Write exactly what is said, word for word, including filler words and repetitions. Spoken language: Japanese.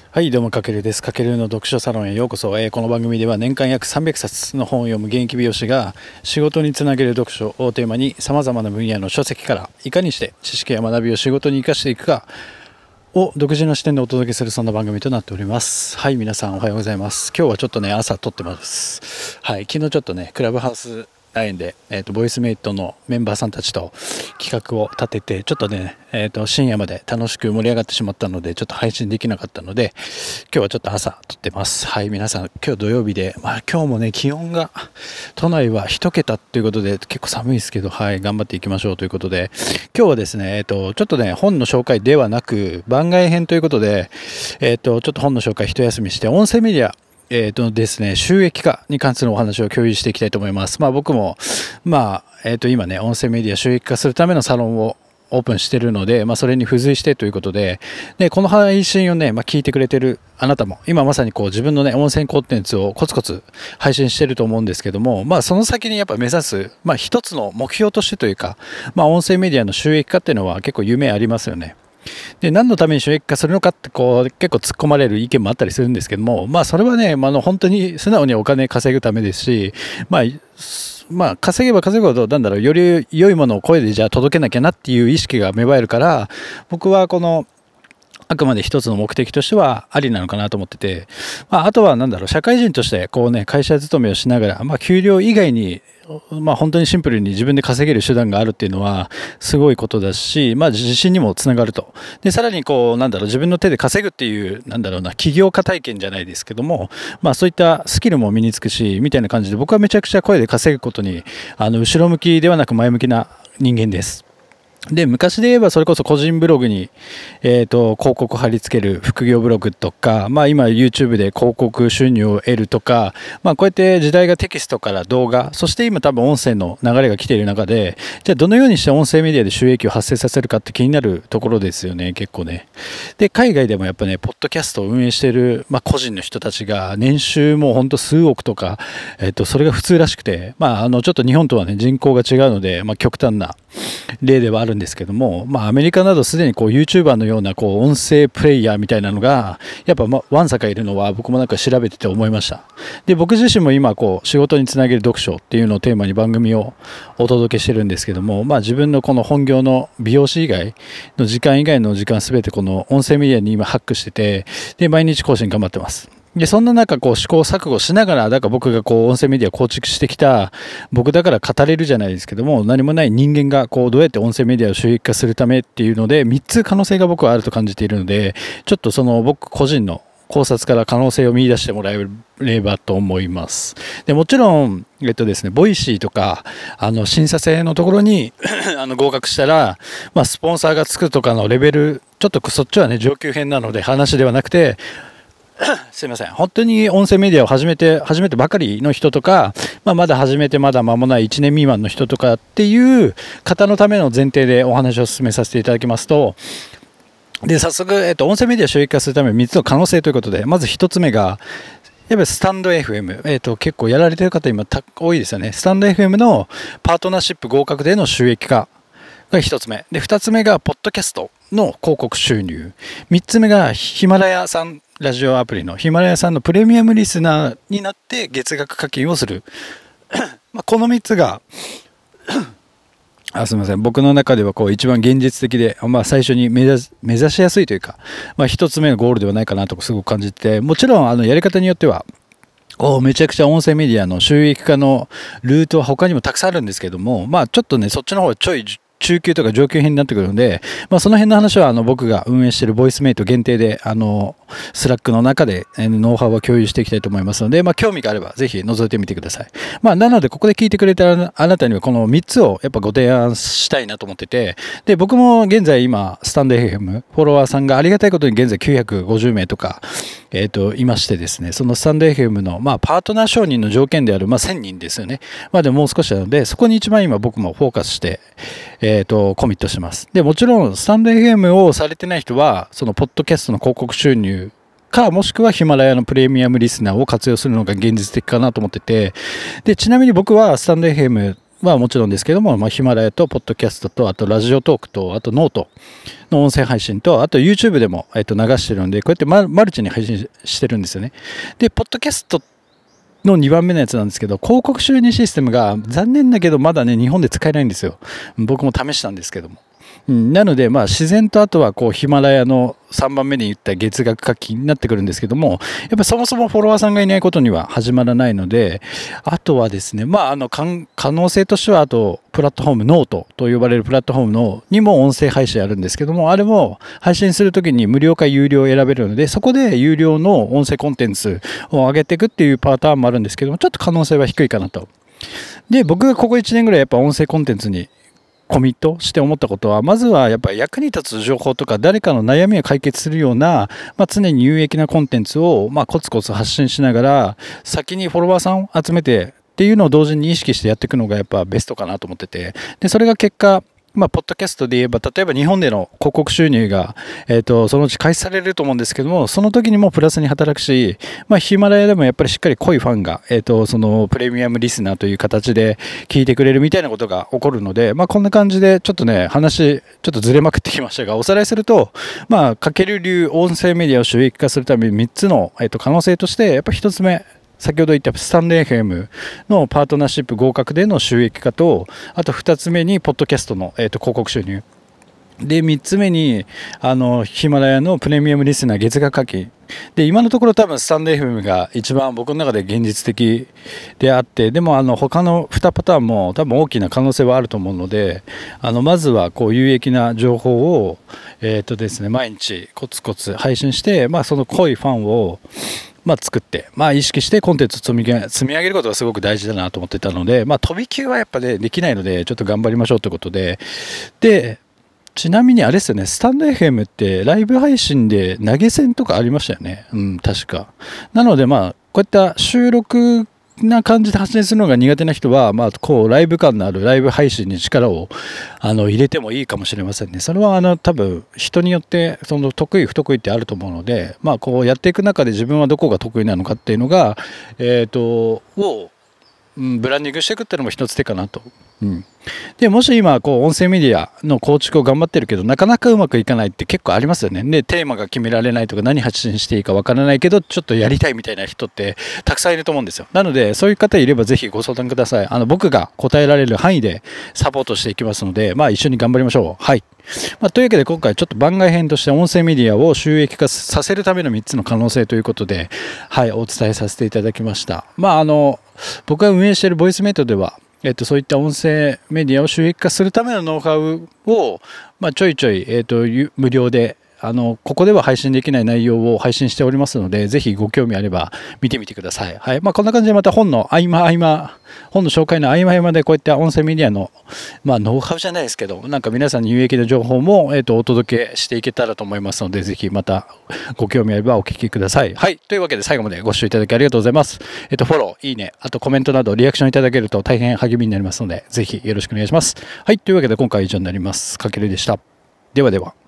はい、どうも、かけるです。かけるの読書サロンへようこそ。えーこの番組では年間約さんびゃくさつの本を読む現役美容師が仕事につなげる読書をテーマに様々な分野の書籍からいかにして知識や学びを仕事に生かしていくかを独自の視点でお届けするそんな番組となっております。はい、皆さんおはようございます。今日はちょっとね、朝撮ってます。はい、昨日ちょっとね、クラブハウスラインで、えーと、ボイスメイトのメンバーさんたちと企画を立てて、ちょっとね、えーと、深夜まで楽しく盛り上がってしまったので、ちょっと配信できなかったので、今日はちょっと朝撮ってます。はい、皆さん、今日土曜日で、まあ今日もね、気温が、都内は一桁ということで、結構寒いですけど、はい、頑張っていきましょうということで、今日はですね、えっと、ちょっとね、本の紹介ではなく、番外編ということで、えっと、ちょっと本の紹介一休みして、音声メディア、えっとですね、収益化に関するお話を共有していきたいと思います。まあ僕も、まあ、えっと今ね、音声メディア収益化するためのサロンをオープンしているので、まあ、それに付随してということで、で、この配信をね、まあ、聞いてくれてるあなたも、今まさにこう自分のね、音声コンテンツをコツコツ配信してると思うんですけども、まあ、その先にやっぱ目指す、まあ、一つの目標としてというか、まあ、音声メディアの収益化っていうのは結構夢ありますよね。で、何のために収益化するのかってこう結構突っ込まれる意見もあったりするんですけども、まあそれはね、まあ、あの本当に素直にお金稼ぐためですし、まあまあ、稼げば稼ぐほど、なんだろう、より良いものを声でじゃあ届けなきゃなっていう意識が芽生えるから、僕はこの、あくまで一つの目的としてはありなのかなと思ってて、まあ、あとはなんだろう、社会人としてこうね、会社勤めをしながら、まあ、給料以外に、まあ、本当にシンプルに自分で稼げる手段があるっていうのはすごいことだし、まあ、自信にもつながると。で、さらにこう、なんだろう、自分の手で稼ぐっていう、なんだろうな、起業家体験じゃないですけども、まあ、そういったスキルも身につくし、みたいな感じで、僕はめちゃくちゃ声で稼ぐことに、あの、後ろ向きではなく前向きな人間です。で、昔で言えばそれこそ個人ブログに、えっと、広告貼り付ける副業ブログとか、まあ今 YouTube で広告収入を得るとか、まあこうやって時代がテキストから動画、そして今多分音声の流れが来ている中で、じゃあどのようにして音声メディアで収益を発生させるかって気になるところですよね、結構ね。で、海外でもやっぱね、ポッドキャストを運営している、まあ個人の人たちが年収もほんと数億とか、えっと、それが普通らしくて、まああの、ちょっと日本とはね、人口が違うので、まあ極端な例ではあるんですけども、まあ、アメリカなどすでにこう YouTuber のようなこう音声プレイヤーみたいなのがやっぱまわんさかいるのは僕もなんか調べてて思いました。で、僕自身も今こう仕事につなげる読書っていうのをテーマに番組をお届けしてるんですけども、まあ、自分のこの本業の美容師以外の時間以外の時間すべてこの音声メディアに今ハックしてて、で毎日更新頑張ってます。で、そんな中、こう、試行錯誤しながら、だから僕がこう、音声メディア構築してきた、僕だから語れるじゃないですけども、何もない人間が、こう、どうやって音声メディアを収益化するためっていうので、みっつ可能性が僕はあると感じているので、ちょっとその、僕個人の考察から可能性を見出してもらえればと思います。で、もちろん、えっとですね、ボイシーとか、あの、審査制のところにあの、合格したら、まあ、スポンサーがつくとかのレベル、ちょっとそっちはね、上級編なので話ではなくて、すいません。本当に音声メディアを始めて、始めてばかりの人とか、まあ、まだ始めてまだ間もないいちねん未満の人とかっていう方のための前提でお話を進めさせていただきますと、で、早速、えっと、音声メディア収益化するためのみっつの可能性ということで、まずひとつめが、やっぱりスタンド エフエム、えっと、結構やられてる方今多いですよね。スタンド エフエム のパートナーシップ合格での収益化がひとつめ。で、ふたつめが、ポッドキャストの広告収入。みっつめが、ヒマラヤさん、ラジオアプリのヒマラヤさんのプレミアムリスナーになって月額課金をする。まあこのみっつが、あ、すみません。僕の中ではこう一番現実的で、まあ最初に目指す、目指しやすいというか、まあ一つ目のゴールではないかなとすごく感じて、もちろんあのやり方によっては、おめちゃくちゃ音声メディアの収益化のルートは他にもたくさんあるんですけども、まあちょっとね、そっちの方はちょい中級とか上級編になってくるので、まあ、その辺の話はあの僕が運営しているボイスメイト限定で、あの、スラックの中でノウハウを共有していきたいと思いますので、まあ、興味があればぜひ覗いてみてください。まあ、なので、ここで聞いてくれたあなたにはこのみっつをやっぱご提案したいなと思ってて、で、僕も現在今、スタンド エフエム、フォロワーさんがありがたいことに現在きゅうひゃくごじゅうめいとか、えっと、いましてですね、そのスタンド エフエム の、まあ、パートナー承認の条件である、まあ、せんにんですよね。まあ、でももう少しなので、そこに一番今僕もフォーカスして、えっと、コミットします。で、もちろん、スタンド エフエム をされてない人は、その、ポッドキャストの広告収入か、もしくはヒマラヤのプレミアムリスナーを活用するのが現実的かなと思ってて、で、ちなみに僕はスタンド エフエムはもちろんですけども、まあ、ヒマラヤとポッドキャストと、あとラジオトークと、あとノートの音声配信と、あと YouTube でも、えっと、流してるんで、こうやってママルチに配信してるんですよね。で、ポッドキャストのにばんめのやつなんですけど、広告収入システムが残念だけどまだね、日本で使えないんですよ。僕も試したんですけども。うん、なので、まあ、自然とあとはこうヒマラヤのさんばんめに言った月額課金になってくるんですけども、やっぱそもそもフォロワーさんがいないことには始まらないので、あとはですね、まあ、あの可能性としては、あとプラットフォームノートと呼ばれるプラットフォームのにも音声配信あるんですけども、あれも配信するときに無料か有料を選べるので、そこで有料の音声コンテンツを上げていくっていうパターンもあるんですけども、ちょっと可能性は低いかなと。で、僕がここいちねんぐらいやっぱ音声コンテンツにコミットして思ったことは、まずはやっぱり役に立つ情報とか誰かの悩みを解決するような、まあ、常に有益なコンテンツをまあコツコツ発信しながら、先にフォロワーさんを集めてっていうのを同時に意識してやっていくのがやっぱベストかなと思ってて、でそれが結果、まあ、ポッドキャストで言えば、例えば日本での広告収入が、えっと、そのうち開始されると思うんですけども、その時にもプラスに働くし、まあ、ヒマラヤでもやっぱりしっかり濃いファンが、えっと、そのプレミアムリスナーという形で聞いてくれるみたいなことが起こるので、まあ、こんな感じでちょっとね、話、ちょっとずれまくってきましたが、おさらいすると、まあ、かける流音声メディアを収益化するためにみっつの、えっと、可能性として、やっぱりひとつめ、先ほど言ったスタンド エフエム のパートナーシップ合格での収益化と、あとふたつめにポッドキャストの、えーと広告収入で、みっつめにあのヒマラヤのプレミアムリスナー月額課金で、今のところ多分スタンド エフエム が一番僕の中で現実的であって、でもあの他のにパターンも多分大きな可能性はあると思うので、あのまずはこう有益な情報を、えーとですね、毎日コツコツ配信して、まあ、その濃いファンをまあ、作って、まあ、意識してコンテンツを積み積み上げることがすごく大事だなと思ってたので、まあ、飛び級はやっぱねできないので、ちょっと頑張りましょうということで、でちなみにあれですよね、スタンド エフエム ってライブ配信で投げ銭とかありましたよね。うん、確か。なので、まあ、こういった収録な感じで発信するのが苦手な人は、まあ、こうライブ感のあるライブ配信に力をあの入れてもいいかもしれませんね。それはあの多分人によってその得意不得意ってあると思うので、まあ、こうやっていく中で自分はどこが得意なのかっていうのが、えーとを、うん、ブランディングしていくっていうのも一つ手かなと。うん、でもし今こう音声メディアの構築を頑張ってるけどなかなかうまくいかないって結構ありますよね。でテーマが決められないとか何発信していいかわからないけどちょっとやりたいみたいな人ってたくさんいると思うんですよ。なのでそういう方いればぜひご相談ください。あの僕が答えられる範囲でサポートしていきますので、まあ、一緒に頑張りましょう。はい、まあ、というわけで今回ちょっと番外編として音声メディアを収益化させるためのみっつの可能性ということで、はい、お伝えさせていただきました。まああの僕が運営しているボイスメイトではえっと、そういった音声メディアを収益化するためのノウハウを、まあ、ちょいちょい、えっと、無料であのここでは配信できない内容を配信しておりますので、ぜひご興味あれば見てみてください。はい、まあ、こんな感じでまた本の合間合間本の紹介の合間合間でこういった音声メディアの、まあ、ノウハウじゃないですけど、なんか皆さんに有益な情報も、えっと、お届けしていけたらと思いますので、ぜひまたご興味あればお聞きください。はい、というわけで最後までご視聴いただきありがとうございます。えっと、フォロー、いいね、あとコメントなどリアクションいただけると大変励みになりますので、ぜひよろしくお願いします。はい、というわけで今回は以上になります。かけるでした。ではでは。